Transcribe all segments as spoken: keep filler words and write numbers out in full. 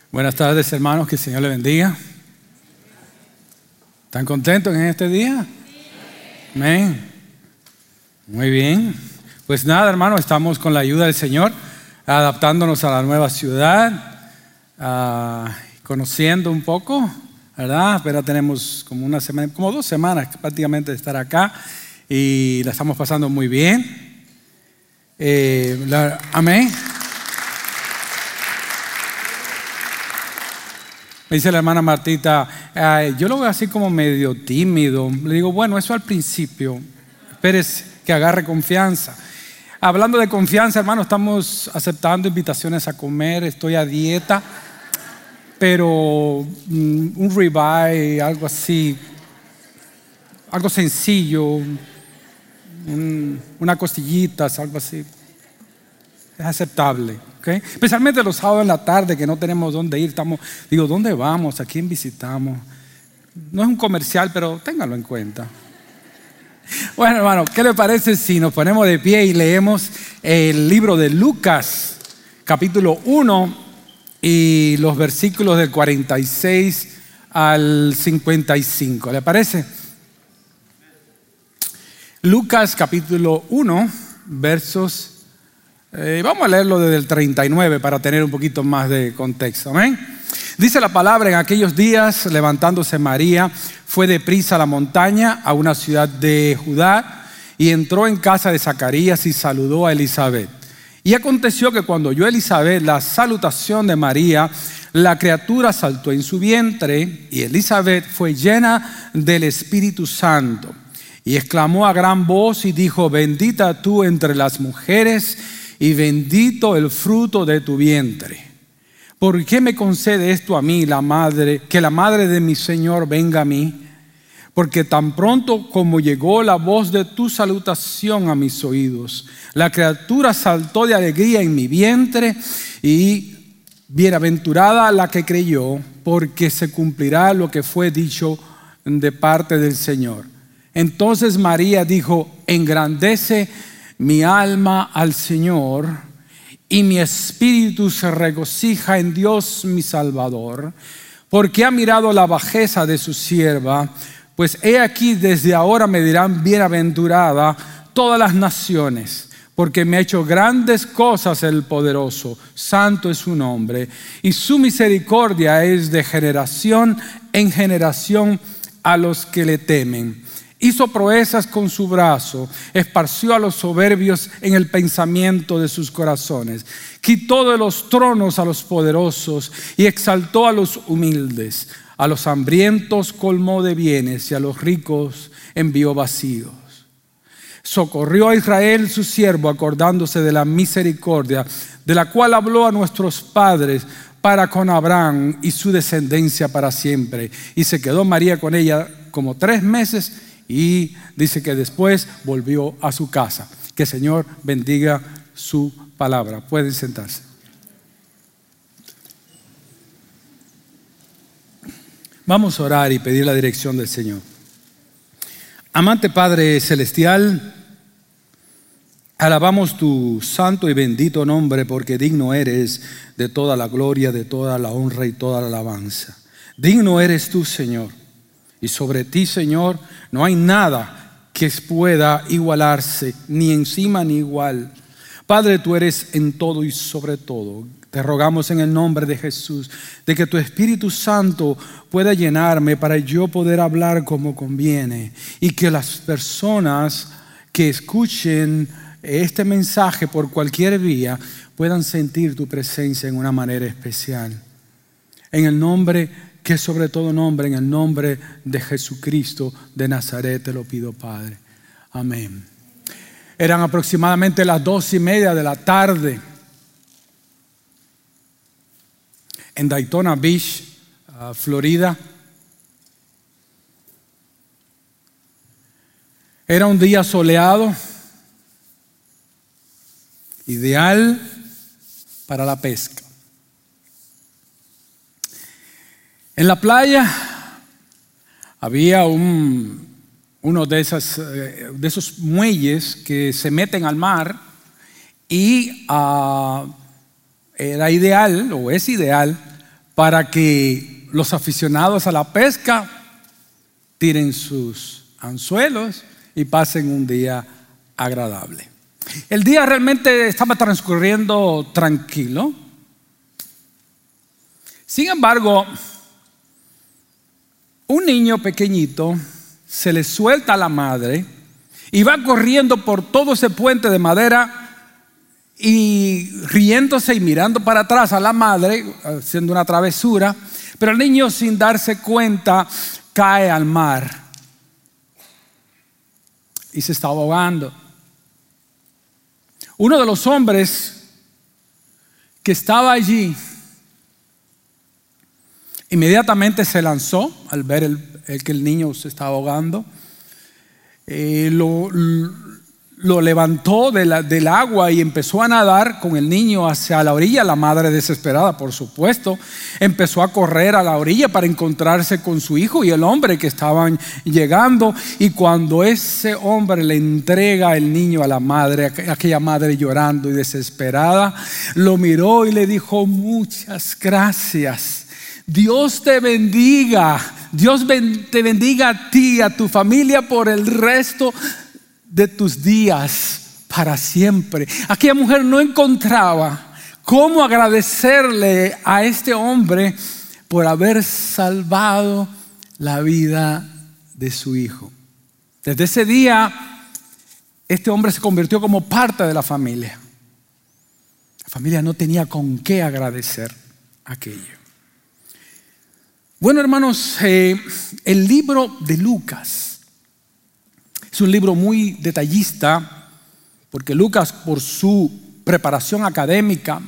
Buenas tardes, hermanos, que el Señor les bendiga. ¿Están contentos en este día? Amén. Muy bien. Pues nada, hermanos, estamos con la ayuda del Señor, adaptándonos a la nueva ciudad, uh, conociendo un poco, ¿verdad? Pero tenemos como una semana, como dos semanas prácticamente de estar acá y la estamos pasando muy bien. Eh, la, amén. Me dice la hermana Martita, eh, yo lo veo así como medio tímido. Le digo, bueno, eso al principio. Espérese que agarre confianza. Hablando de confianza, hermano, estamos aceptando invitaciones a comer. Estoy a dieta, pero mm, un ribeye, algo así, algo sencillo, un, una costillitas, algo así. Es aceptable. Okay. Especialmente los sábados en la tarde que no tenemos dónde ir, estamos, digo, ¿dónde vamos? ¿A quién visitamos? No es un comercial, pero ténganlo en cuenta. Bueno, hermano, ¿qué le parece si nos ponemos de pie y leemos el libro de Lucas, capítulo uno y los versículos del cuarenta y seis al cincuenta y cinco? ¿Le parece? Lucas, capítulo uno, versos Eh, vamos a leerlo desde el treinta y nueve para tener un poquito más de contexto. Amén. Dice la palabra: en aquellos días, levantándose María, fue deprisa a la montaña, a una ciudad de Judá, y entró en casa de Zacarías y saludó a Elizabeth. Y aconteció que cuando oyó Elizabeth la salutación de María, la criatura saltó en su vientre, y Elizabeth fue llena del Espíritu Santo, y exclamó a gran voz y dijo: bendita tú entre las mujeres, y bendito el fruto de tu vientre. ¿Por qué me concede esto a mí, la madre, que la madre de mi Señor venga a mí? Porque tan pronto como llegó la voz de tu salutación a mis oídos, la criatura saltó de alegría en mi vientre, y bienaventurada la que creyó, porque se cumplirá lo que fue dicho de parte del Señor. Entonces María dijo: engrandece mi alma al Señor, y mi espíritu se regocija en Dios mi Salvador, porque ha mirado la bajeza de su sierva. Pues he aquí, desde ahora me dirán bienaventurada todas las naciones, porque me ha hecho grandes cosas el poderoso. Santo es su nombre, y su misericordia es de generación en generación a los que le temen. Hizo proezas con su brazo, esparció a los soberbios en el pensamiento de sus corazones. Quitó de los tronos a los poderosos y exaltó a los humildes. A los hambrientos colmó de bienes, y a los ricos envió vacíos. Socorrió a Israel su siervo, acordándose de la misericordia de la cual habló a nuestros padres, para con Abraham y su descendencia para siempre. Y se quedó María con ella como tres meses, y dice que después volvió a su casa. Que el Señor bendiga su palabra. Pueden sentarse. Vamos a orar y pedir la dirección del Señor. Amante Padre Celestial, alabamos tu santo y bendito nombre, porque digno eres de toda la gloria, de toda la honra y toda la alabanza. Digno eres tú, Señor. Y sobre ti, Señor, no hay nada que pueda igualarse, ni encima ni igual. Padre, tú eres en todo y sobre todo. Te rogamos en el nombre de Jesús, de que tu Espíritu Santo pueda llenarme para yo poder hablar como conviene, y que las personas que escuchen este mensaje por cualquier vía puedan sentir tu presencia en una manera especial. En el nombre que sobre todo nombre, en el nombre de Jesucristo de Nazaret te lo pido, Padre. Amén. Eran aproximadamente las dos y media de la tarde en Daytona Beach, uh, Florida. Era un día soleado, ideal para la pesca. En la playa había un, uno de, esas, de esos muelles que se meten al mar, y uh, era ideal, o es ideal, para que los aficionados a la pesca tiren sus anzuelos y pasen un día agradable. El día realmente estaba transcurriendo tranquilo. Sin embargo, un niño pequeñito se le suelta a la madre y va corriendo por todo ese puente de madera y riéndose y mirando para atrás a la madre, haciendo una travesura, pero el niño, sin darse cuenta, cae al mar y se está ahogando. Uno de los hombres que estaba allí inmediatamente se lanzó al ver el, el que el niño se estaba ahogando. Eh, lo, lo levantó de la, del agua y empezó a nadar con el niño hacia la orilla. La madre, desesperada, por supuesto, empezó a correr a la orilla para encontrarse con su hijo y el hombre que estaban llegando. Y cuando ese hombre le entrega el niño a la madre, aquella madre llorando y desesperada, lo miró y le dijo: muchas gracias, Dios te bendiga, Dios te bendiga a ti y a tu familia por el resto de tus días, para siempre. Aquella mujer no encontraba cómo agradecerle a este hombre por haber salvado la vida de su hijo. Desde ese día, este hombre se convirtió como parte de la familia. La familia no tenía con qué agradecer aquello. Bueno, hermanos, eh, el libro de Lucas es un libro muy detallista, porque Lucas, por su preparación académica,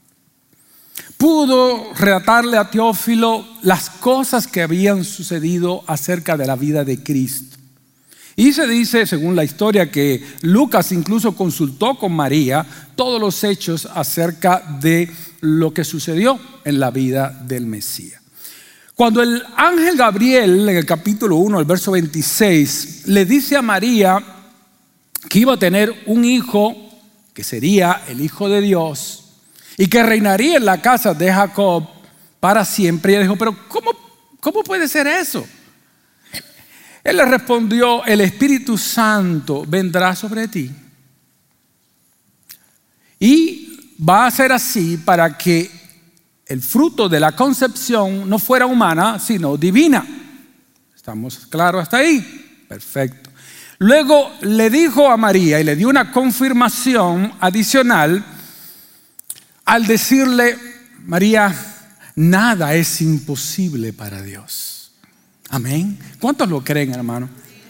pudo relatarle a Teófilo las cosas que habían sucedido acerca de la vida de Cristo. Y se dice, según la historia, que Lucas incluso consultó con María todos los hechos acerca de lo que sucedió en la vida del Mesías. Cuando el ángel Gabriel, en el capítulo uno, el verso veintiséis, le dice a María que iba a tener un hijo que sería el Hijo de Dios y que reinaría en la casa de Jacob para siempre, ella dijo: pero ¿cómo, cómo puede ser eso? Él le respondió: el Espíritu Santo vendrá sobre ti y va a ser así para que el fruto de la concepción no fuera humana, sino divina. ¿Estamos claros hasta ahí? Perfecto. Luego le dijo a María y le dio una confirmación adicional al decirle: María, nada es imposible para Dios. Amén. ¿Cuántos lo creen, hermano?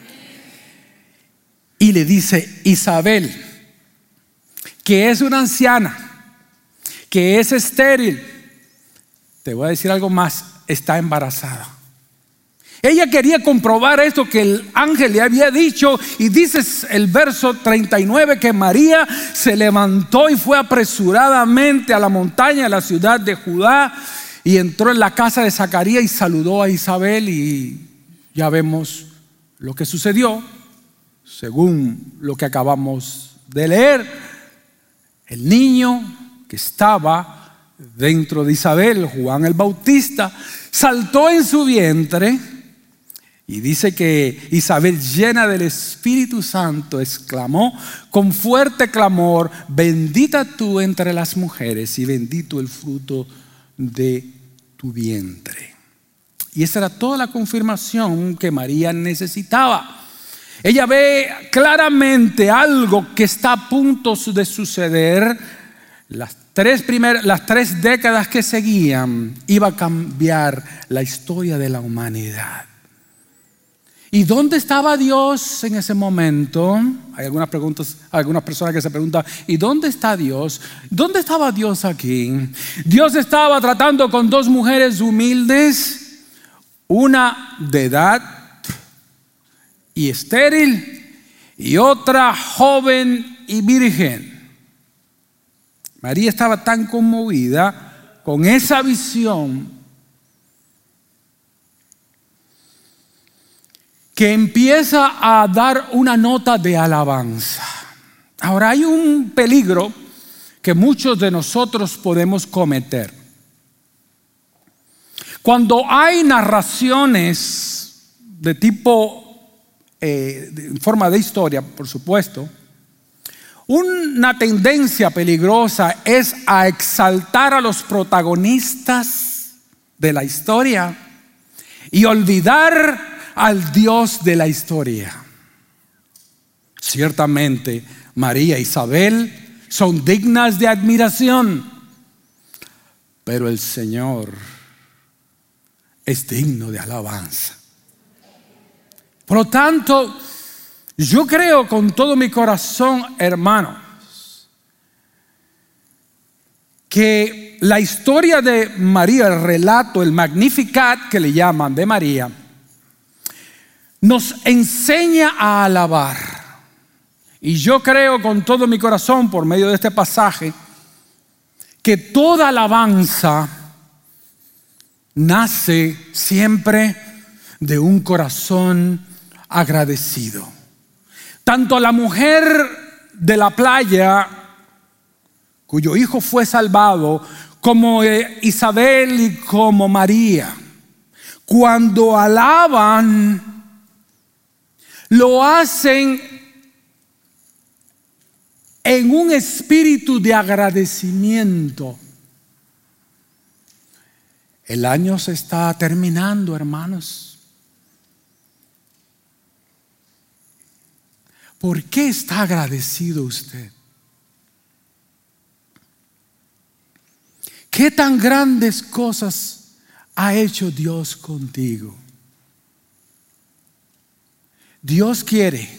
Y le dice: Isabel, que es una anciana, que es estéril, te voy a decir algo más, está embarazada. Ella quería comprobar esto que el ángel le había dicho, y dice el verso treinta y nueve que María se levantó y fue apresuradamente a la montaña de la ciudad de Judá y entró en la casa de Zacarías y saludó a Isabel, y ya vemos lo que sucedió según lo que acabamos de leer. El niño que estaba dentro de Isabel, Juan el Bautista, saltó en su vientre, y dice que Isabel, llena del Espíritu Santo, exclamó con fuerte clamor: bendita tú entre las mujeres y bendito el fruto de tu vientre. Y esa era toda la confirmación que María necesitaba. Ella ve claramente algo que está a punto de suceder. Las tres, primer, las tres décadas que seguían iba a cambiar la historia de la humanidad. ¿Y dónde estaba Dios en ese momento? Hay algunas preguntas, algunas personas que se preguntan: ¿y dónde está Dios? ¿Dónde estaba Dios aquí? Dios estaba tratando con dos mujeres humildes, una de edad y estéril y otra joven y virgen. María estaba tan conmovida con esa visión que empieza a dar una nota de alabanza. Ahora, hay un peligro que muchos de nosotros podemos cometer. Cuando hay narraciones de tipo, eh, de, en forma de historia, por supuesto, una tendencia peligrosa es a exaltar a los protagonistas de la historia y olvidar al Dios de la historia. Ciertamente, María e Isabel son dignas de admiración, pero el Señor es digno de alabanza. Por lo tanto, yo creo con todo mi corazón, hermanos, que la historia de María, el relato, el Magnificat que le llaman de María, nos enseña a alabar. Y yo creo con todo mi corazón, por medio de este pasaje, que toda alabanza nace siempre de un corazón agradecido. Tanto la mujer de la playa, cuyo hijo fue salvado, como Isabel y como María, cuando alaban, lo hacen en un espíritu de agradecimiento. El año se está terminando, hermanos. ¿Por qué está agradecido usted? ¿Qué tan grandes cosas ha hecho Dios contigo? Dios quiere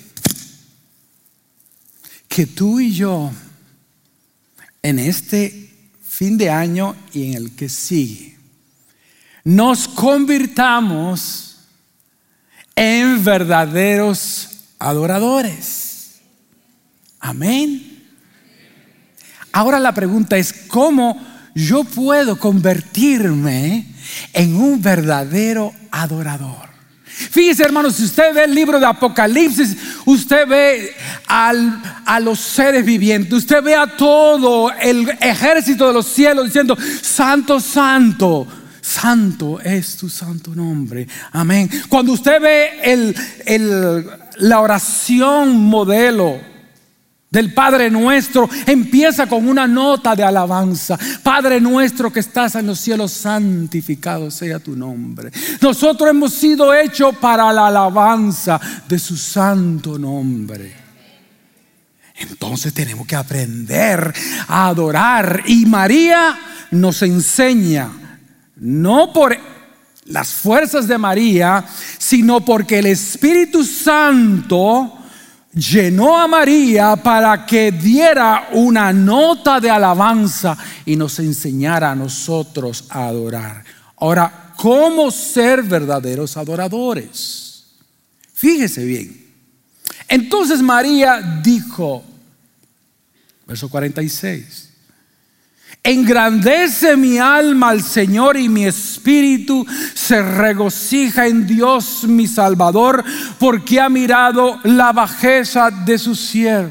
que tú y yo, en este fin de año y en el que sigue, nos convirtamos en verdaderos adoradores. Amén. Ahora la pregunta es, ¿cómo yo puedo convertirme en un verdadero adorador? Fíjese, hermanos, si usted ve el libro de Apocalipsis, usted ve al, a los seres vivientes, usted ve a todo el ejército de los cielos diciendo: santo, santo, santo es tu santo nombre. Amén. Cuando usted ve el, el, la oración modelo del Padre Nuestro, empieza con una nota de alabanza. Padre nuestro que estás en los cielos, santificado sea tu nombre. Nosotros hemos sido hechos para la alabanza de su santo nombre. Entonces tenemos que aprender a adorar. Y María nos enseña, no por las fuerzas de María, sino porque el Espíritu Santo llenó a María para que diera una nota de alabanza y nos enseñara a nosotros a adorar. Ahora, ¿cómo ser verdaderos adoradores? Fíjese bien. Entonces María dijo, verso cuarenta y seis: engrandece mi alma al Señor y mi espíritu se regocija en Dios mi Salvador, porque ha mirado la bajeza de su sierva.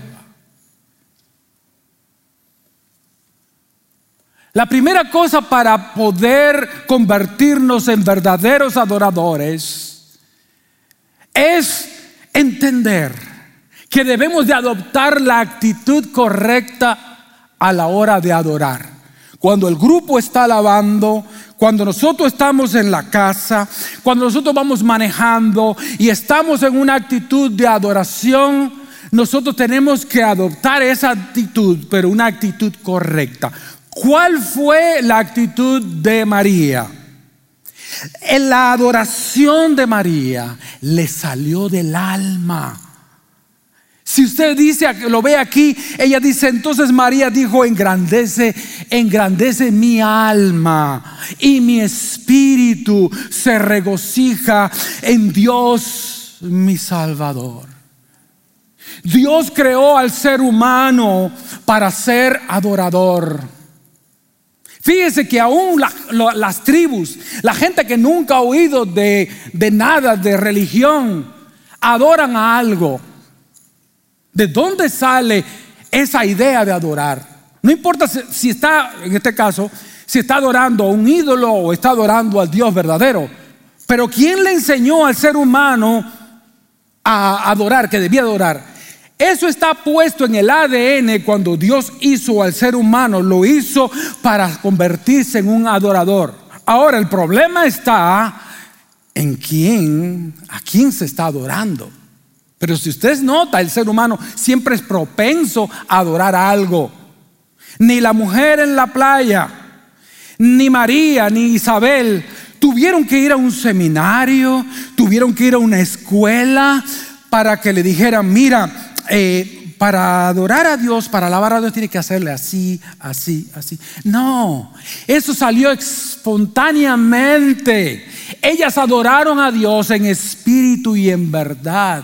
La primera cosa para poder convertirnos en verdaderos adoradores es entender que debemos de adoptar la actitud correcta a la hora de adorar. Cuando el grupo está alabando, cuando nosotros estamos en la casa, cuando nosotros vamos manejando y estamos en una actitud de adoración, nosotros tenemos que adoptar esa actitud, pero una actitud correcta. ¿Cuál fue la actitud de María? En la adoración de María le salió del alma. Si usted dice, lo ve aquí, ella dice: entonces María dijo, engrandece, engrandece mi alma y mi espíritu se regocija en Dios mi Salvador. Dios creó al ser humano para ser adorador. Fíjese que aún la, la, las tribus, la gente que nunca ha oído de, de nada de religión, adoran a algo. ¿De dónde sale esa idea de adorar? No importa si, si está, en este caso, si está adorando a un ídolo o está adorando al Dios verdadero. Pero ¿quién le enseñó al ser humano a adorar, que debía adorar? Eso está puesto en el A D N. Cuando Dios hizo al ser humano, lo hizo para convertirse en un adorador. Ahora el problema está en quién, a quién se está adorando. Pero si usted nota, el ser humano siempre es propenso a adorar a algo. Ni la mujer en la playa, ni María, ni Isabel tuvieron que ir a un seminario, tuvieron que ir a una escuela para que le dijeran, mira, eh, para adorar a Dios, para alabar a Dios, tiene que hacerle así, así, así. No, eso salió espontáneamente. Ellas adoraron a Dios en espíritu y en verdad.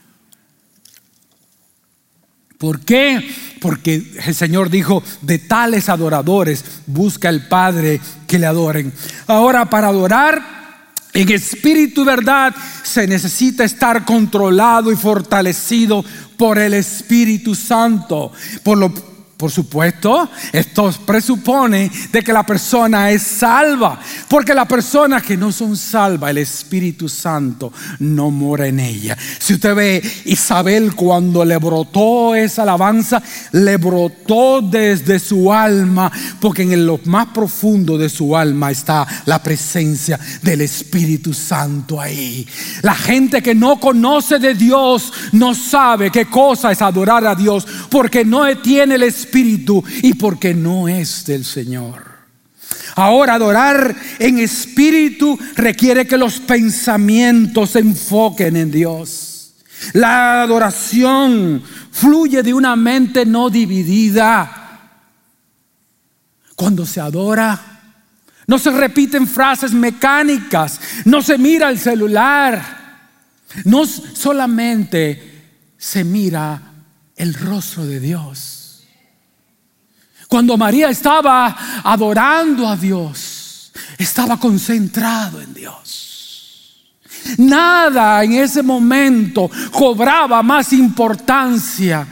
¿Por qué? Porque el Señor dijo, de tales adoradores busca el Padre que le adoren. Ahora, para adorar en espíritu y verdad se necesita estar controlado y fortalecido por el Espíritu Santo. Por lo Por supuesto, esto presupone de que la persona es salva, porque las personas que no son salvas, el Espíritu Santo no mora en ella. Si usted ve Isabel, cuando le brotó esa alabanza, le brotó desde su alma, porque en lo más profundo de su alma está la presencia del Espíritu Santo ahí. La gente que no conoce de Dios no sabe qué cosa es adorar a Dios, porque no tiene el Espíritu Espíritu y porque no es del Señor. Ahora, adorar en espíritu requiere que los pensamientos se enfoquen en Dios. La adoración fluye de una mente no dividida. Cuando se adora, no se repiten frases mecánicas, no se mira el celular, no solamente se mira el rostro de Dios. Cuando María estaba adorando a Dios, estaba concentrado en Dios. Nada en ese momento cobraba más importancia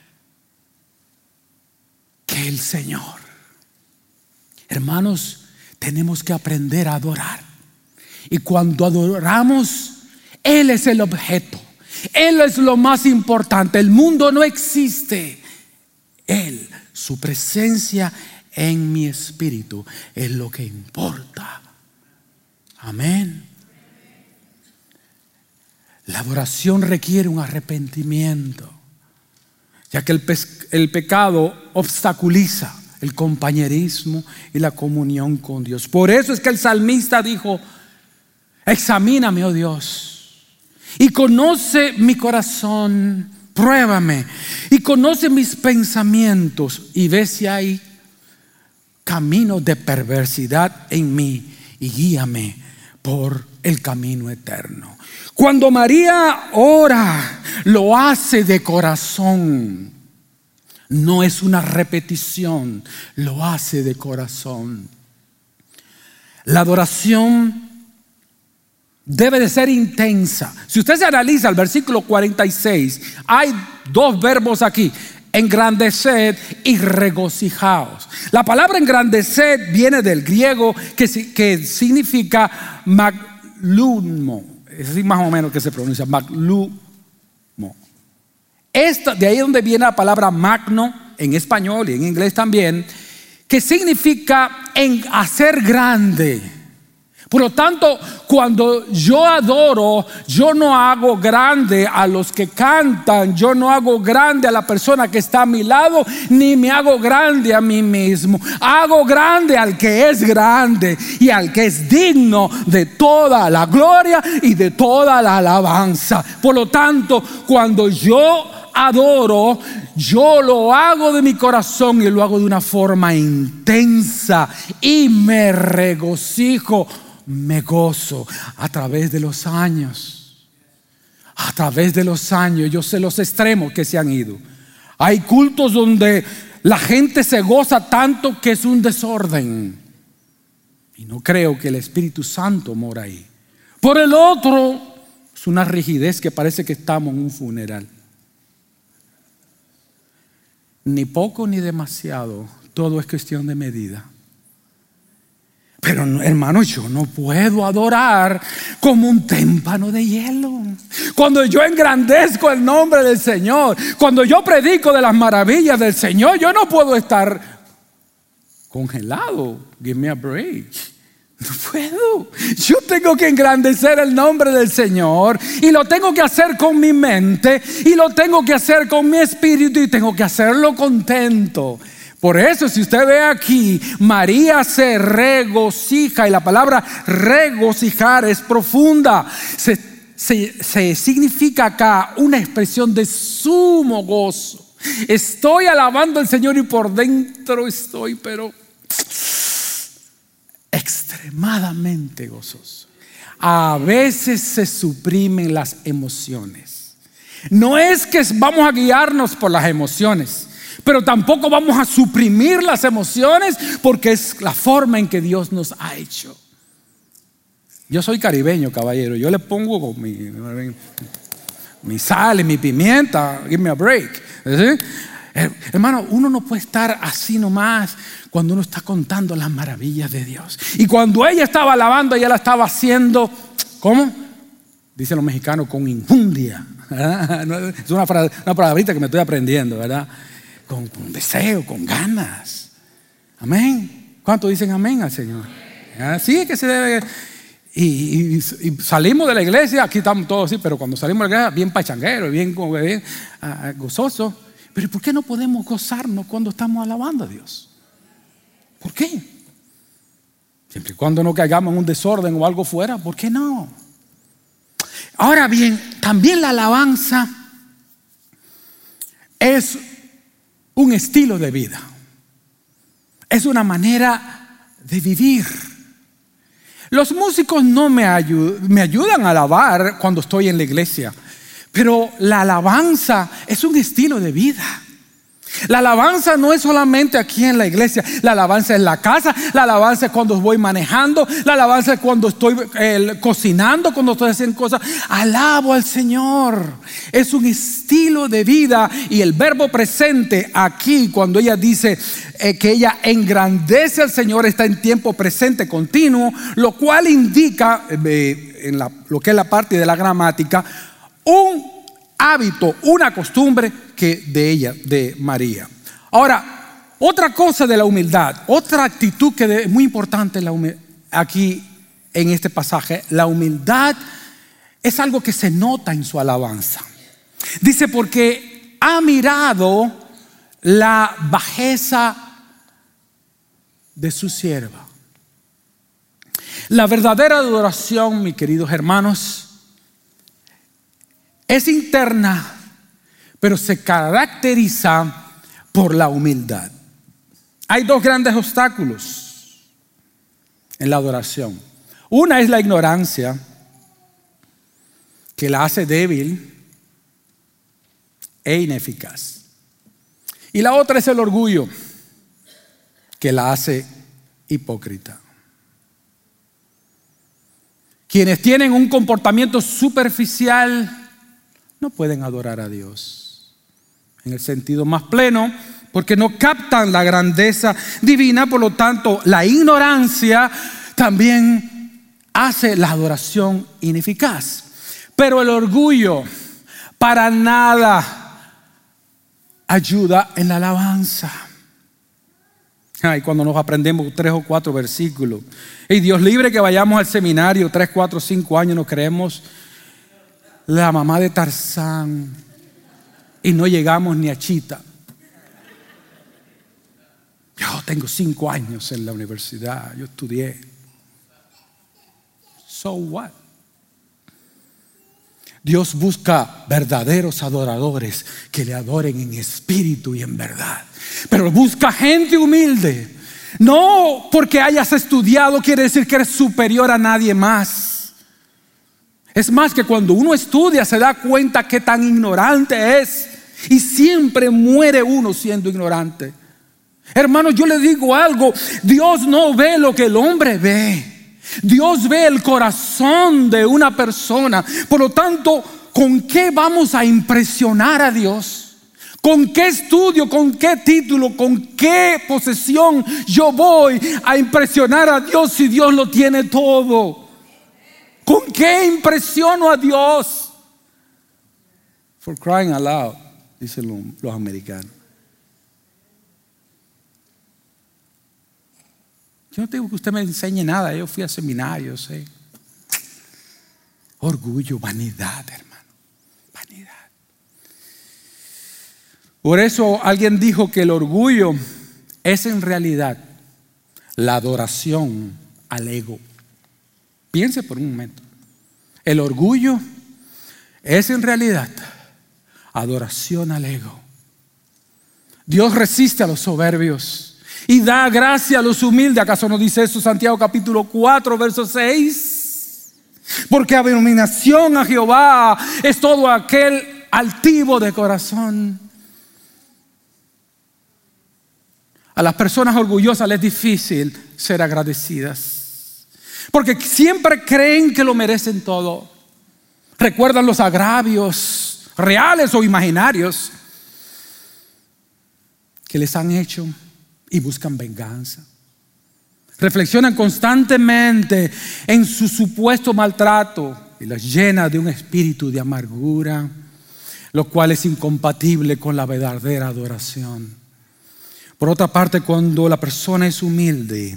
que el Señor. Hermanos, tenemos que aprender a adorar. Y cuando adoramos, Él es el objeto. Él es lo más importante. El mundo no existe. Él, su presencia en mi espíritu es lo que importa. Amén. La adoración requiere un arrepentimiento, ya que el, pe- el pecado obstaculiza el compañerismo y la comunión con Dios. Por eso es que el salmista dijo: examíname, oh Dios, y conoce mi corazón. Pruébame y conoce mis pensamientos y ve si hay camino de perversidad en mí y guíame por el camino eterno. Cuando María ora, lo hace de corazón. No es una repetición, lo hace de corazón. La adoración debe de ser intensa. Si usted se analiza el versículo cuarenta y seis, hay dos verbos aquí: engrandeced y regocijaos. La palabra engrandecer viene del griego que, que significa maglumo. Es así más o menos que se pronuncia, maglumo. Esta, de ahí es donde viene la palabra magno en español y en inglés también, que significa en hacer grande. Por lo tanto, cuando yo adoro, yo no hago grande a los que cantan, yo no hago grande a la persona que está a mi lado, ni me hago grande a mí mismo. Hago grande al que es grande y al que es digno de toda la gloria y de toda la alabanza. Por lo tanto, cuando yo adoro, yo lo hago de mi corazón y lo hago de una forma intensa y me regocijo. Me gozo a través de los años. A través de los años, yo sé los extremos que se han ido. Hay cultos donde la gente se goza tanto que es un desorden. Y no creo que el Espíritu Santo mora ahí. Por el otro, es una rigidez que parece que estamos en un funeral. Ni poco ni demasiado, todo es cuestión de medida. Pero hermano, yo no puedo adorar como un témpano de hielo. Cuando yo engrandezco el nombre del Señor, cuando yo predico de las maravillas del Señor, yo no puedo estar congelado. Give me a break. No puedo. Yo tengo que engrandecer el nombre del Señor, y lo tengo que hacer con mi mente, y lo tengo que hacer con mi espíritu, y tengo que hacerlo contento. Por eso, si usted ve aquí, María se regocija, y la palabra regocijar es profunda. Se, se, se significa acá una expresión de sumo gozo. Estoy alabando al Señor y por dentro estoy, pero extremadamente gozoso. A veces se suprimen las emociones. No es que vamos a guiarnos por las emociones, pero tampoco vamos a suprimir las emociones, porque es la forma en que Dios nos ha hecho. Yo soy caribeño, caballero. Yo le pongo con mi, mi sal y mi pimienta. Give me a break. ¿Sí? Hermano, uno no puede estar así nomás cuando uno está contando las maravillas de Dios. Y cuando ella estaba alabando, ella la estaba haciendo, ¿cómo? Dicen los mexicanos, con injundia. ¿Verdad? Es una, una palabrita que me estoy aprendiendo, ¿verdad? Con, con deseo, con ganas. Amén. ¿Cuántos dicen amén al Señor? Así es que se debe. Y, y, y salimos de la iglesia, aquí estamos todos así, pero cuando salimos de la iglesia, bien pachangueros, bien, bien uh, gozosos. Pero ¿por qué no podemos gozarnos cuando estamos alabando a Dios? ¿Por qué? Siempre y cuando no caigamos en un desorden o algo fuera, ¿por qué no? Ahora bien, también la alabanza es un estilo de vida. Es una manera de vivir. Los músicos no me, ayud- me ayudan a alabar cuando estoy en la iglesia, pero la alabanza es un estilo de vida. La alabanza no es solamente aquí en la iglesia. La alabanza es en la casa. La alabanza es cuando voy manejando. La alabanza es cuando estoy eh, cocinando, cuando estoy haciendo cosas. Alabo al Señor. Es un estilo de vida. Y el verbo presente aquí, cuando ella dice eh, que ella engrandece al Señor, está en tiempo presente continuo, lo cual indica eh, en la, lo que es la parte de la gramática, un hábito, una costumbre que de ella, de María. Ahora, otra cosa de la humildad, otra actitud que es muy importante en la humildad, aquí en este pasaje, la humildad es algo que se nota en su alabanza. Dice, porque ha mirado la bajeza de su sierva. La verdadera adoración, mis queridos hermanos, es interna, pero se caracteriza por la humildad. Hay dos grandes obstáculos en la adoración. Una es la ignorancia, que la hace débil e ineficaz. Y la otra es el orgullo, que la hace hipócrita. Quienes tienen un comportamiento superficial no pueden adorar a Dios en el sentido más pleno, porque no captan la grandeza divina. Por lo tanto, la ignorancia también hace la adoración ineficaz. Pero el orgullo para nada ayuda en la alabanza. Ay, cuando nos aprendemos tres o cuatro versículos, y Dios libre que vayamos al seminario tres, cuatro, cinco años, nos creemos la mamá de Tarzán y no llegamos ni a Chita. Yo tengo cinco años en la universidad, yo estudié. So what? Dios busca verdaderos adoradores que le adoren en espíritu y en verdad. Pero busca gente humilde. No porque hayas estudiado quiere decir que eres superior a nadie más. Es más, que cuando uno estudia se da cuenta qué tan ignorante es. Y siempre muere uno siendo ignorante. Hermano, yo le digo algo. Dios no ve lo que el hombre ve. Dios ve el corazón de una persona. Por lo tanto, ¿con qué vamos a impresionar a Dios? ¿Con qué estudio, con qué título, con qué posesión yo voy a impresionar a Dios si Dios lo tiene todo? ¿Con qué impresiono a Dios? For crying out loud, dicen los, los americanos. Yo no tengo que usted me enseñe nada. Yo fui a seminarios. ¿eh? Orgullo, vanidad, hermano. Vanidad. Por eso alguien dijo que el orgullo es en realidad la adoración al ego. Piense por un momento. El orgullo es en realidad adoración al ego. Dios resiste a los soberbios y da gracia a los humildes. ¿Acaso no dice eso Santiago capítulo cuatro, verso seis? Porque abominación a Jehová es todo aquel altivo de corazón. A las personas orgullosas les es difícil ser agradecidas, porque siempre creen que lo merecen todo. Recuerdan los agravios reales o imaginarios que les han hecho y buscan venganza. Reflexionan constantemente en su supuesto maltrato y los llena de un espíritu de amargura, lo cual es incompatible con la verdadera adoración. Por otra parte, cuando la persona es humilde,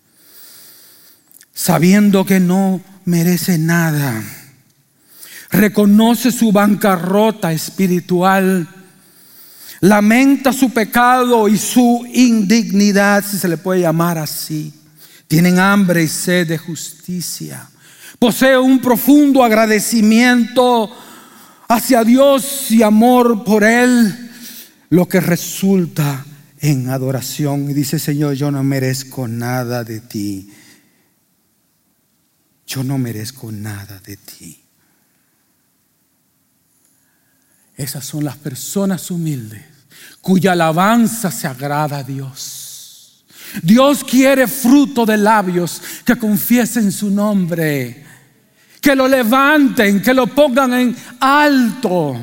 sabiendo que no merece nada, reconoce su bancarrota espiritual, lamenta su pecado y su indignidad, si se le puede llamar así. Tienen hambre y sed de justicia. Posee un profundo agradecimiento hacia Dios y amor por Él, lo que resulta en adoración. Y dice: Señor, yo no merezco nada de ti. Yo no merezco nada de ti. Esas son las personas humildes cuya alabanza se agrada a Dios. Dios quiere fruto de labios que confiesen su nombre, que lo levanten, que lo pongan en alto.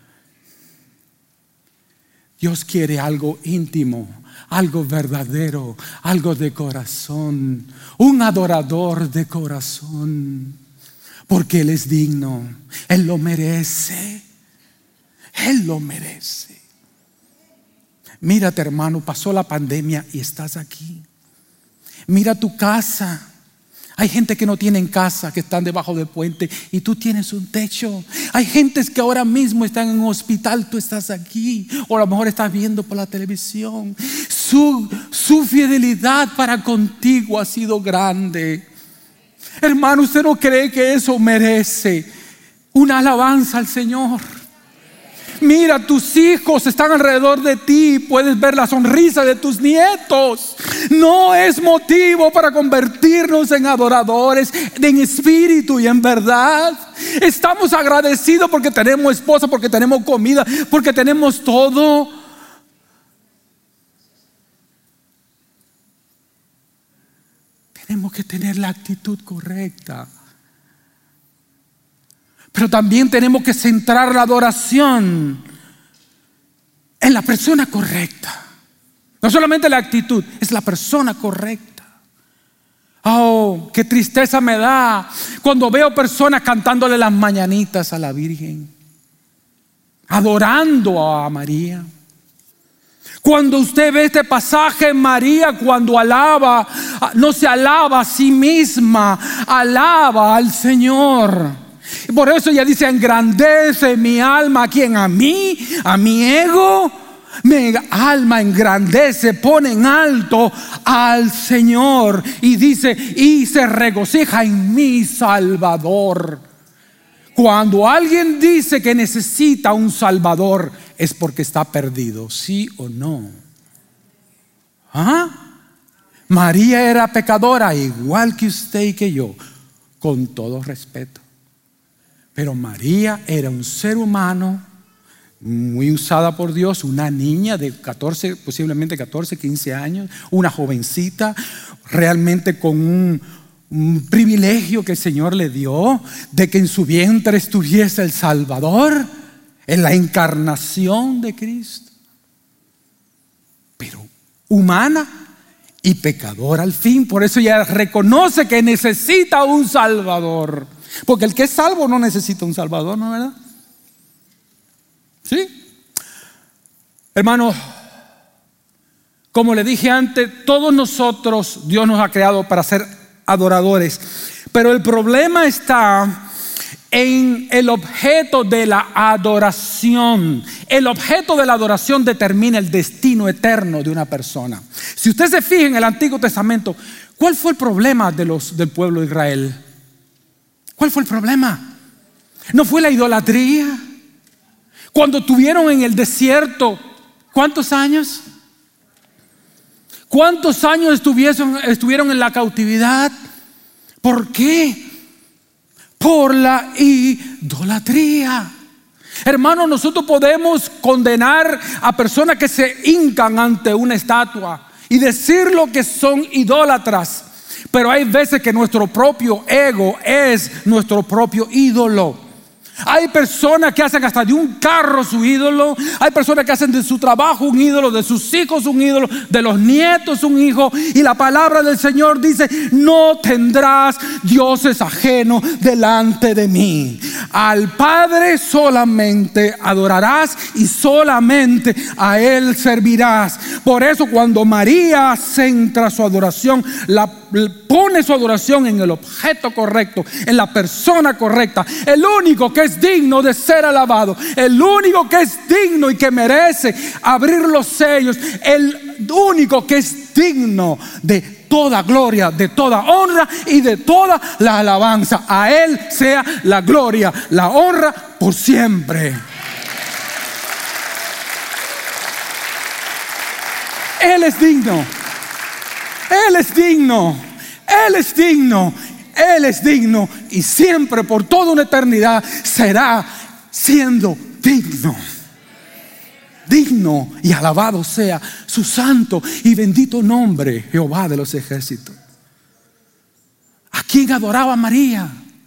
Dios quiere algo íntimo, algo verdadero, algo de corazón, un adorador de corazón, porque Él es digno, Él lo merece, Él lo merece. Mírate, hermano, pasó la pandemia y estás aquí. Mira tu casa. Hay gente que no tienen casa, que están debajo del puente y tú tienes un techo. Hay gentes que ahora mismo están en un hospital, tú estás aquí, o a lo mejor estás viendo por la televisión. Su, su fidelidad para contigo ha sido grande. Hermano, ¿usted no cree que eso merece una alabanza al Señor? Mira, tus hijos están alrededor de ti, puedes ver la sonrisa de tus nietos. No es motivo para convertirnos en adoradores en espíritu y en verdad. Estamos agradecidos porque tenemos esposa, porque tenemos comida, porque tenemos todo. Tenemos que tener la actitud correcta. Pero también tenemos que centrar la adoración en la persona correcta. No solamente la actitud, es la persona correcta. Oh, qué tristeza me da cuando veo personas cantándole las mañanitas a la Virgen, adorando a María. Cuando usted ve este pasaje, María cuando alaba, no se alaba a sí misma, alaba al Señor. Y por eso ella dice: engrandece mi alma. ¿A quién? A mí, a mi ego. Mi alma engrandece, pone en alto al Señor. Y dice: y se regocija en mi Salvador. Cuando alguien dice que necesita un Salvador, es porque está perdido, ¿sí o no? ¿Ah? María era pecadora, igual que usted y que yo, con todo respeto. Pero María era un ser humano muy usada por Dios, una niña de catorce, posiblemente catorce, quince años, una jovencita, realmente con un, un privilegio que el Señor le dio, de que en su vientre estuviese el Salvador, en la encarnación de Cristo. pero humana y pecadora al fin. Por eso ella reconoce que necesita un Salvador. Porque el que es salvo no necesita un Salvador, ¿no es verdad? ¿Sí? Hermanos, como le dije antes, todos nosotros, Dios nos ha creado para ser adoradores. Pero el problema está en el objeto de la adoración. El objeto de la adoración determina el destino eterno de una persona. Si usted se fija en el Antiguo Testamento, ¿cuál fue el problema de los, del pueblo de Israel? ¿Cuál fue el problema? ¿No fue la idolatría? Cuando estuvieron en el desierto, ¿cuántos años? ¿Cuántos años estuvieron, estuvieron en la cautividad? ¿Por qué? Por la idolatría. Hermanos, nosotros podemos condenar a personas que se hincan ante una estatua y decirlo que son idólatras, pero hay veces que nuestro propio ego es nuestro propio ídolo. Hay personas que hacen hasta de un carro su ídolo. Hay personas que hacen de su trabajo un ídolo, de sus hijos un ídolo, de los nietos un hijo. Y la palabra del Señor dice: no tendrás dioses ajenos delante de mí. Al Padre solamente adorarás y solamente a Él servirás. Por eso cuando María centra su adoración, la pone su adoración en el objeto correcto, en la persona correcta, el único que es digno de ser alabado, el único que es digno y que merece abrir los sellos, el único que es digno de toda gloria, de toda honra y de toda la alabanza. A Él sea la gloria, la honra por siempre. Él es digno. Él es digno, Él es digno, Él es digno y siempre por toda una eternidad será siendo digno. Digno y alabado sea su santo y bendito nombre, Jehová de los ejércitos. ¿A quién adoraba María?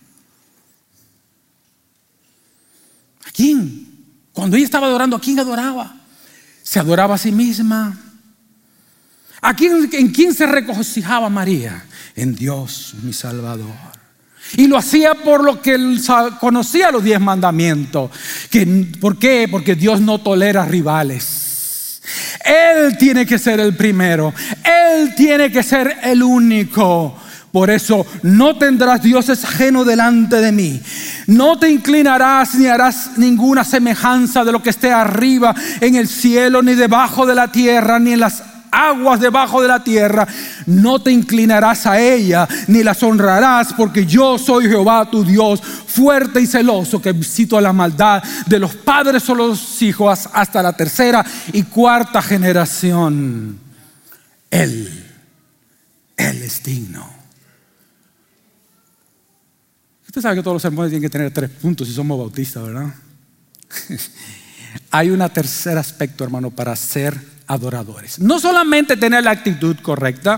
¿A quién? Cuando ella estaba adorando, ¿a quién adoraba? ¿Se adoraba a sí misma? ¿A quién, ¿En quién se regocijaba María? En Dios, mi Salvador. Y lo hacía por lo que él conocía los diez mandamientos. Que, ¿Por qué? Porque Dios no tolera rivales. Él tiene que ser el primero. Él tiene que ser el único. Por eso no tendrás dioses ajenos delante de mí. No te inclinarás ni harás ninguna semejanza de lo que esté arriba en el cielo, ni debajo de la tierra, ni en las aguas debajo de la tierra. No te inclinarás a ella ni las honrarás, porque yo soy Jehová tu Dios, fuerte y celoso, que visito la maldad de los padres o los hijos hasta la tercera y cuarta generación. Él, Él es digno. Usted sabe que todos los sermones tienen que tener tres puntos si somos bautistas, ¿verdad? Hay un tercer aspecto, hermano, para ser adoradores. No solamente tener la actitud correcta,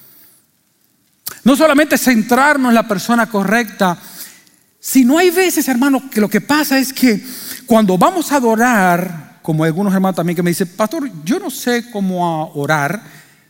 no solamente centrarnos en la persona correcta, sino hay veces, hermano, que lo que pasa es que cuando vamos a adorar, como algunos hermanos también que me dicen: pastor, yo no sé cómo orar.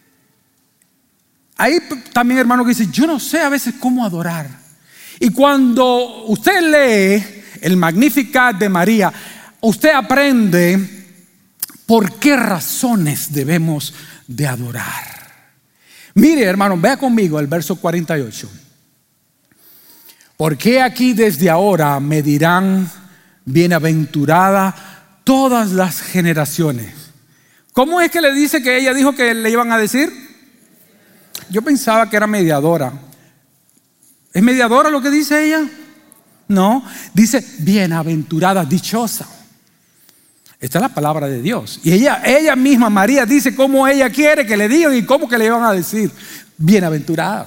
Hay también hermanos que dicen: yo no sé a veces cómo adorar. Y cuando usted lee el Magnificat de María, usted aprende por qué razones debemos de adorar. Mire, hermano, vea conmigo el verso cuarenta y ocho. Porque aquí desde ahora me dirán bienaventurada todas las generaciones. ¿Cómo es que le dice que ella dijo que le iban a decir? Yo pensaba que era mediadora. ¿Es mediadora lo que dice ella? No, dice bienaventurada, dichosa. Esta es la palabra de Dios. Y ella, ella misma, María, dice cómo ella quiere que le digan y cómo que le van a decir. Bienaventurada.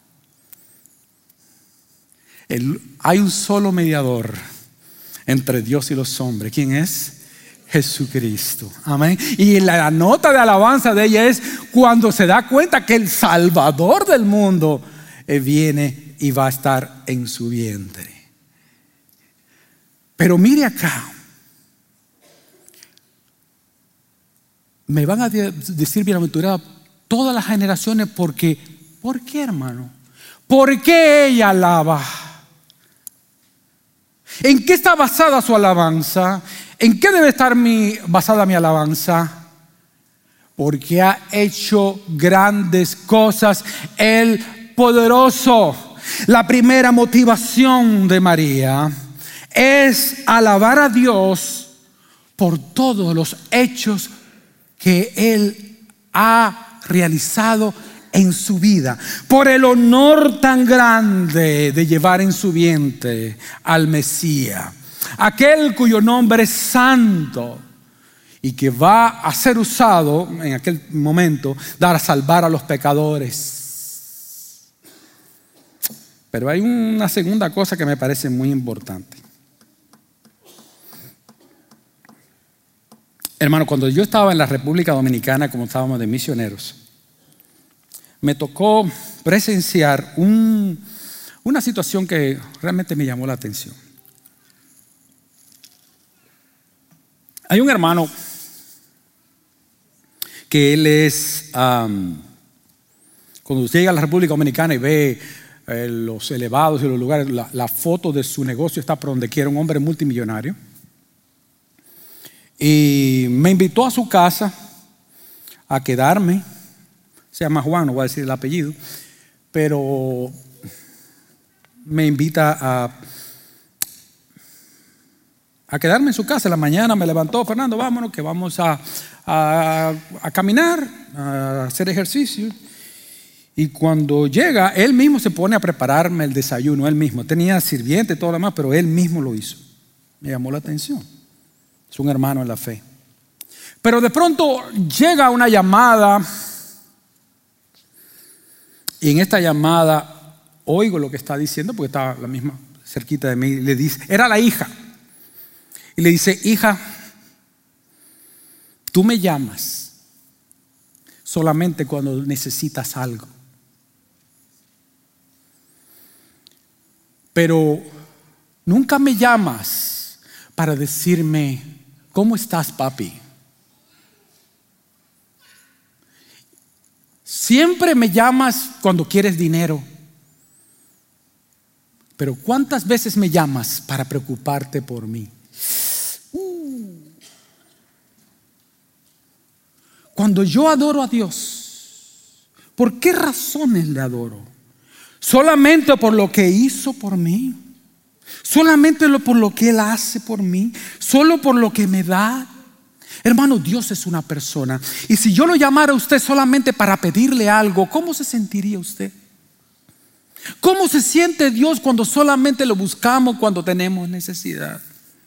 El, hay un solo mediador entre Dios y los hombres. ¿Quién es? Jesucristo. Amén. Y la nota de alabanza de ella es cuando se da cuenta que el Salvador del mundo eh, viene y va a estar en su vientre. Pero mire acá. me van a decir bienaventurada todas las generaciones porque, ¿por qué, hermano? ¿Por qué ella alaba? ¿En qué está basada su alabanza? ¿En qué debe estar mi, basada mi alabanza? Porque ha hecho grandes cosas el poderoso. La primera motivación de María es alabar a Dios por todos los hechos que Él ha realizado en su vida, por el honor tan grande de llevar en su vientre al Mesías, aquel cuyo nombre es santo y que va a ser usado en aquel momento para salvar a los pecadores. Pero hay una segunda cosa que me parece muy importante. Hermano, cuando yo estaba en la República Dominicana, como estábamos de misioneros, me tocó presenciar un, una situación que realmente me llamó la atención. Hay un hermano que él es, um, cuando usted llega a la República Dominicana y ve eh, los elevados y los lugares, la, la foto de su negocio está por donde quiera, un hombre multimillonario. Y me invitó a su casa a quedarme. Se llama Juan, no voy a decir el apellido, pero me invita a, a quedarme en su casa. En la mañana me levantó: Fernando, vámonos, que vamos a, a, a caminar, a hacer ejercicio. Y cuando llega, él mismo se pone a prepararme el desayuno, él mismo. Tenía sirviente y todo lo demás, pero él mismo lo hizo. Me llamó la atención. Es un hermano en la fe. Pero de pronto llega una llamada, y en esta llamada oigo lo que está diciendo, porque estaba la misma cerquita de mí. Y le dice, era la hija, y le dice: hija, tú me llamas solamente cuando necesitas algo, pero nunca me llamas para decirme: ¿cómo estás, papi? Siempre me llamas cuando quieres dinero, pero ¿cuántas veces me llamas para preocuparte por mí? Uh. Cuando yo adoro a Dios, ¿por qué razones le adoro? ¿Solamente por lo que hizo por mí? ¿Solamente por lo que Él hace por mí? ¿Solo por lo que me da? Hermano, Dios es una persona. Y si yo lo llamara a usted solamente para pedirle algo, ¿cómo se sentiría usted? ¿Cómo se siente Dios cuando solamente lo buscamos cuando tenemos necesidad?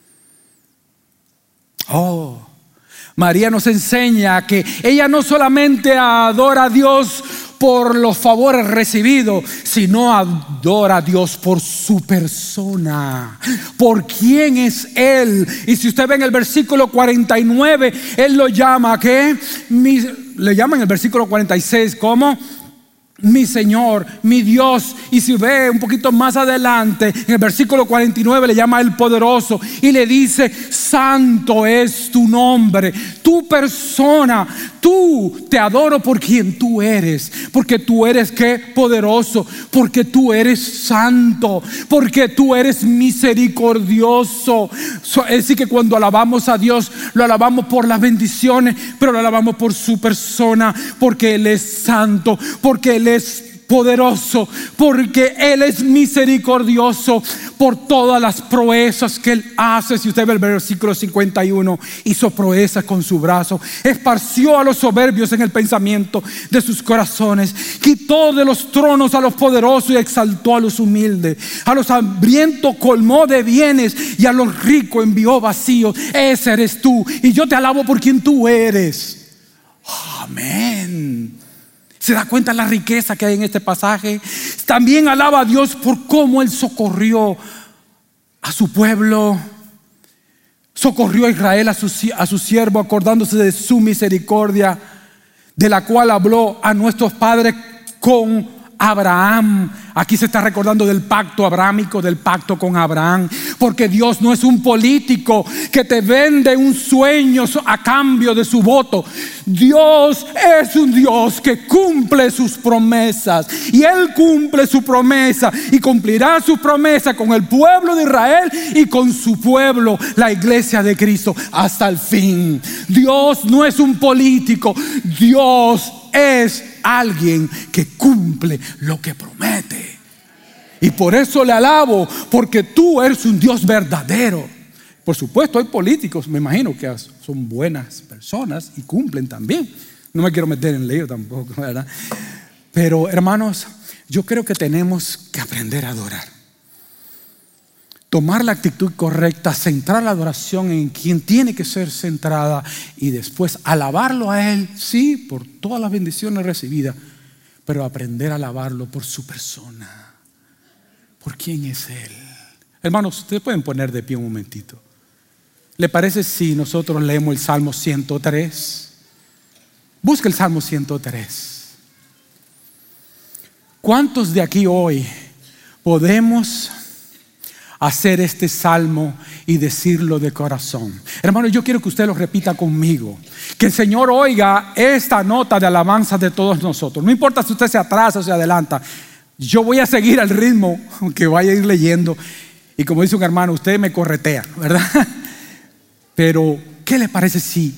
Oh, María nos enseña que ella no solamente adora a Dios por los favores recibidos, sino adora a Dios por su persona, por quién es Él. Y si usted ve en el versículo cuarenta y nueve, Él lo llama, ¿qué? Mi, le llama en el versículo cuarenta y seis, ¿cómo? Mi Señor, mi Dios. Y si ve un poquito más adelante, en el versículo cuarenta y nueve le llama el poderoso y le dice: santo es tu nombre, tu persona. Tú, te adoro por quien tú eres, porque tú eres ¿qué? Poderoso, porque tú eres santo, porque tú eres misericordioso. Es decir, que cuando alabamos a Dios, lo alabamos por las bendiciones, pero lo alabamos por su persona, porque Él es santo, porque Él es poderoso, porque Él es misericordioso, por todas las proezas que Él hace. Si usted ve el versículo cincuenta y uno, hizo proezas con su brazo, esparció a los soberbios en el pensamiento de sus corazones, quitó de los tronos a los poderosos y exaltó a los humildes, a los hambrientos colmó de bienes y a los ricos envió vacíos. Ese eres tú, y yo te alabo por quien tú eres. Amén. ¿Se da cuenta la riqueza que hay en este pasaje? También alaba a Dios por cómo Él socorrió a su pueblo, socorrió a Israel, a su, a su siervo, acordándose de su misericordia, de la cual habló a nuestros padres con Abraham. Aquí se está recordando del pacto abrámico, del pacto con Abraham, porque Dios no es un político que te vende un sueño a cambio de su voto. Dios es un Dios que cumple sus promesas, y Él cumple su promesa y cumplirá su promesa con el pueblo de Israel y con su pueblo, la iglesia de Cristo, hasta el fin. Dios no es un político, Dios es alguien que cumple lo que promete. Y por eso le alabo, porque tú eres un Dios verdadero. Por supuesto hay políticos, me imagino que son buenas personas y cumplen también. No me quiero meter en lío tampoco, ¿verdad? Pero hermanos, yo creo que tenemos que aprender a adorar. Tomar la actitud correcta, centrar la adoración en quien tiene que ser centrada y después alabarlo a Él, sí, por todas las bendiciones recibidas, pero aprender a alabarlo por su persona, por quién es Él. Hermanos, ustedes pueden poner de pie un momentito. ¿Le parece si nosotros leemos el Salmo ciento tres? Busca el Salmo ciento tres. ¿Cuántos de aquí hoy podemos hacer este salmo y decirlo de corazón? Hermano, yo quiero que usted lo repita conmigo, que el Señor oiga esta nota de alabanza de todos nosotros. No importa si usted se atrasa o se adelanta, yo voy a seguir al ritmo que vaya a ir leyendo. Y como dice un hermano, usted me corretea, ¿verdad? Pero ¿qué le parece si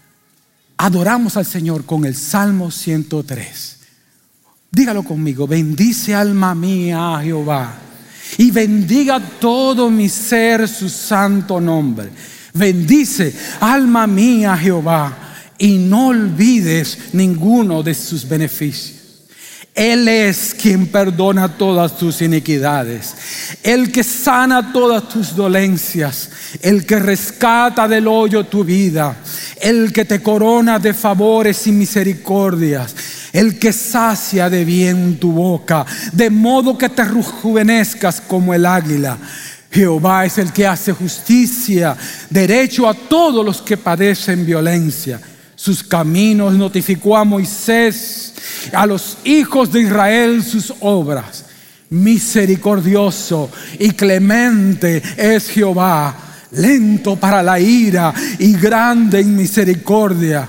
adoramos al Señor con el Salmo ciento tres? Dígalo conmigo: bendice alma mía a Jehová, y bendiga todo mi ser su santo nombre. Bendice alma mía a Jehová, y no olvides ninguno de sus beneficios. Él es quien perdona todas tus iniquidades, el que sana todas tus dolencias, el que rescata del hoyo tu vida, el que te corona de favores y misericordias, el que sacia de bien tu boca, de modo que te rejuvenezcas como el águila. Jehová es el que hace justicia, derecho a todos los que padecen violencia. Sus caminos notificó a Moisés, a los hijos de Israel sus obras. Misericordioso y clemente es Jehová, lento para la ira y grande en misericordia.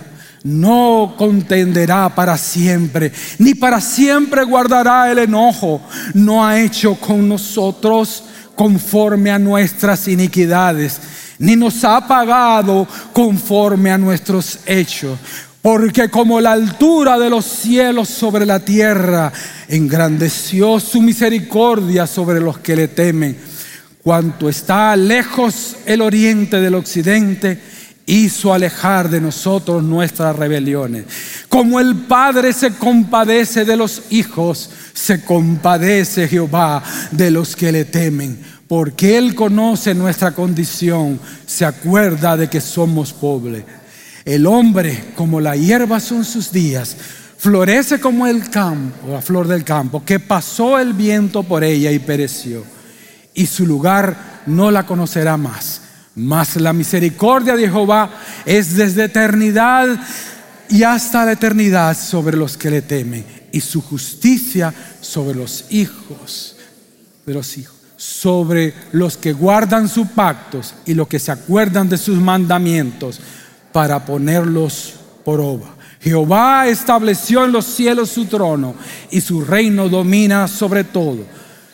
No contenderá para siempre, ni para siempre guardará el enojo. No ha hecho con nosotros conforme a nuestras iniquidades, ni nos ha pagado conforme a nuestros hechos. Porque como la altura de los cielos sobre la tierra, engrandeció su misericordia sobre los que le temen. Cuanto está lejos el oriente del occidente, hizo alejar de nosotros nuestras rebeliones. Como el Padre se compadece de los hijos, se compadece Jehová de los que le temen. Porque Él conoce nuestra condición, se acuerda de que somos pobres. El hombre, como la hierba son sus días, florece como el campo, la flor del campo, que pasó el viento por ella y pereció, y su lugar no la conocerá más. Mas la misericordia de Jehová es desde eternidad y hasta la eternidad sobre los que le temen, y su justicia sobre los hijos de los hijos, sobre los que guardan sus pactos y los que se acuerdan de sus mandamientos, para ponerlos por obra. Jehová estableció en los cielos su trono, y su reino domina sobre todo.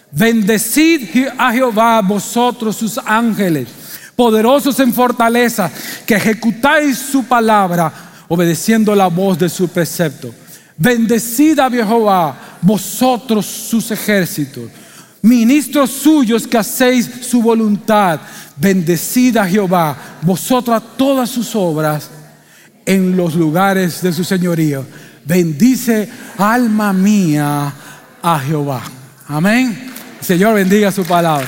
Bendecid a Jehová vosotros sus ángeles, poderosos en fortaleza, que ejecutáis su palabra, obedeciendo la voz de su precepto. Bendecid a Jehová vosotros sus ejércitos, ministros suyos que hacéis su voluntad. Bendecid a Jehová vosotras todas sus obras en los lugares de su señorío. Bendice alma mía a Jehová. Amén. El Señor bendiga su palabra.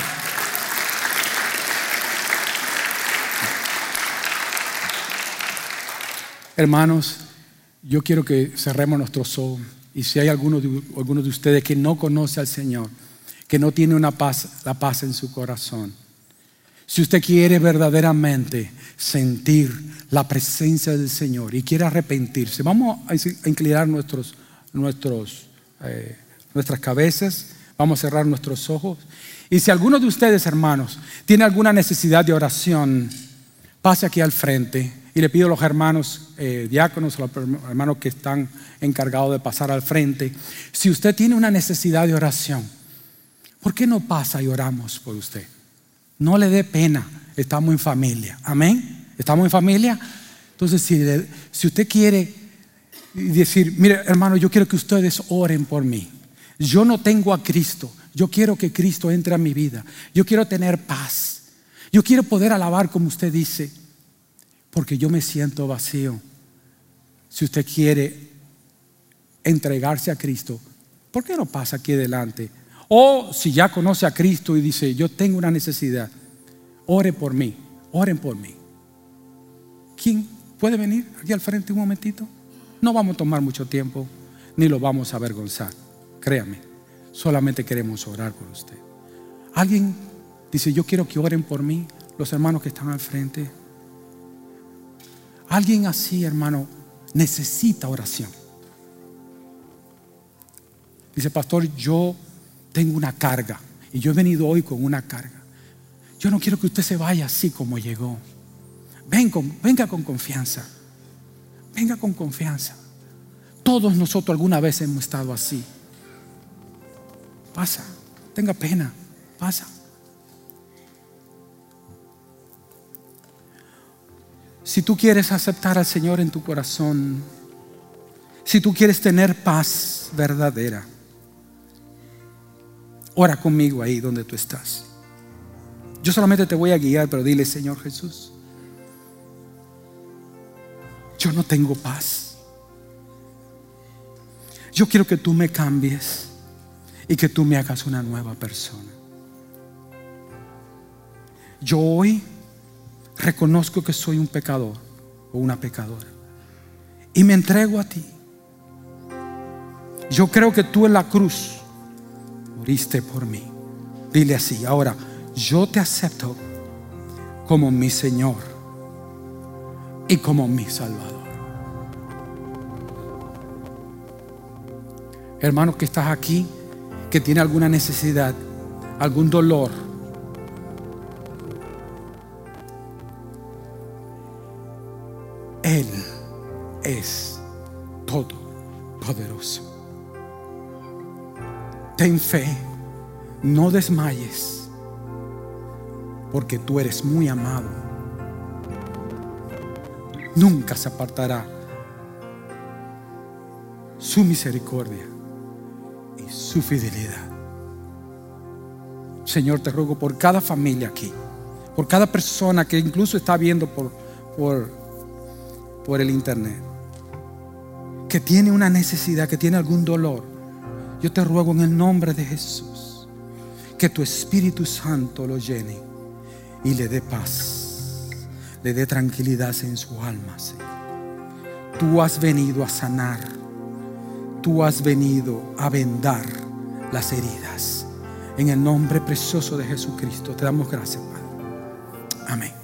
Hermanos, yo quiero que cerremos nuestros ojos, y si hay alguno de, alguno de ustedes que no conoce al Señor, que no tiene una paz, la paz en su corazón, si usted quiere verdaderamente sentir la presencia del Señor y quiere arrepentirse, vamos a inclinar nuestros, nuestros eh, nuestras cabezas, vamos a cerrar nuestros ojos. Y si alguno de ustedes, hermanos, tiene alguna necesidad de oración, pase aquí al frente. Y le pido a los hermanos eh, diáconos, a los hermanos que están encargados de pasar al frente. Si usted tiene una necesidad de oración, ¿por qué no pasa y oramos por usted? No le dé pena, estamos en familia. Amén. ¿Estamos en familia? Entonces, si, si usted quiere decir, mire hermano, yo quiero que ustedes oren por mí. Yo no tengo a Cristo. Yo quiero que Cristo entre a mi vida. Yo quiero tener paz. Yo quiero poder alabar como usted dice, porque yo me siento vacío. Si usted quiere entregarse a Cristo, ¿por qué no pasa aquí adelante? O si ya conoce a Cristo y dice, yo tengo una necesidad, ore por mí, oren por mí. ¿Quién puede venir aquí al frente un momentito? No vamos a tomar mucho tiempo, ni lo vamos a avergonzar. Créame, solamente queremos orar por usted. ¿Alguien dice, yo quiero que oren por mí? Los hermanos que están al frente. Alguien así, hermano, necesita oración. Dice, pastor, yo tengo una carga y yo he venido hoy con una carga. Yo no quiero que usted se vaya así como llegó. Ven con, venga con confianza. Venga con confianza. Todos nosotros alguna vez hemos estado así. Pasa, tenga pena, pasa. Si tú quieres aceptar al Señor en tu corazón, si tú quieres tener paz verdadera, ora conmigo ahí donde tú estás. Yo solamente te voy a guiar, pero dile, Señor Jesús, yo no tengo paz. Yo quiero que tú me cambies y que tú me hagas una nueva persona. Yo hoy reconozco que soy un pecador o una pecadora y me entrego a ti. Yo creo que tú en la cruz moriste por mí. Dile así, ahora yo te acepto como mi Señor y como mi Salvador. Hermano que estás aquí, que tiene alguna necesidad, algún dolor, Él es todopoderoso. Ten fe, no desmayes, porque tú eres muy amado. Nunca se apartará su misericordia y su fidelidad. Señor, te ruego por cada familia aquí, por cada persona que incluso está viendo por, por, por el internet, que tiene una necesidad, que tiene algún dolor. Yo te ruego en el nombre de Jesús que tu Espíritu Santo lo llene y le dé paz, le dé tranquilidad en su alma, Señor. Tú has venido a sanar, tú has venido a vendar las heridas. En el nombre precioso de Jesucristo te damos gracias, Padre. Amén.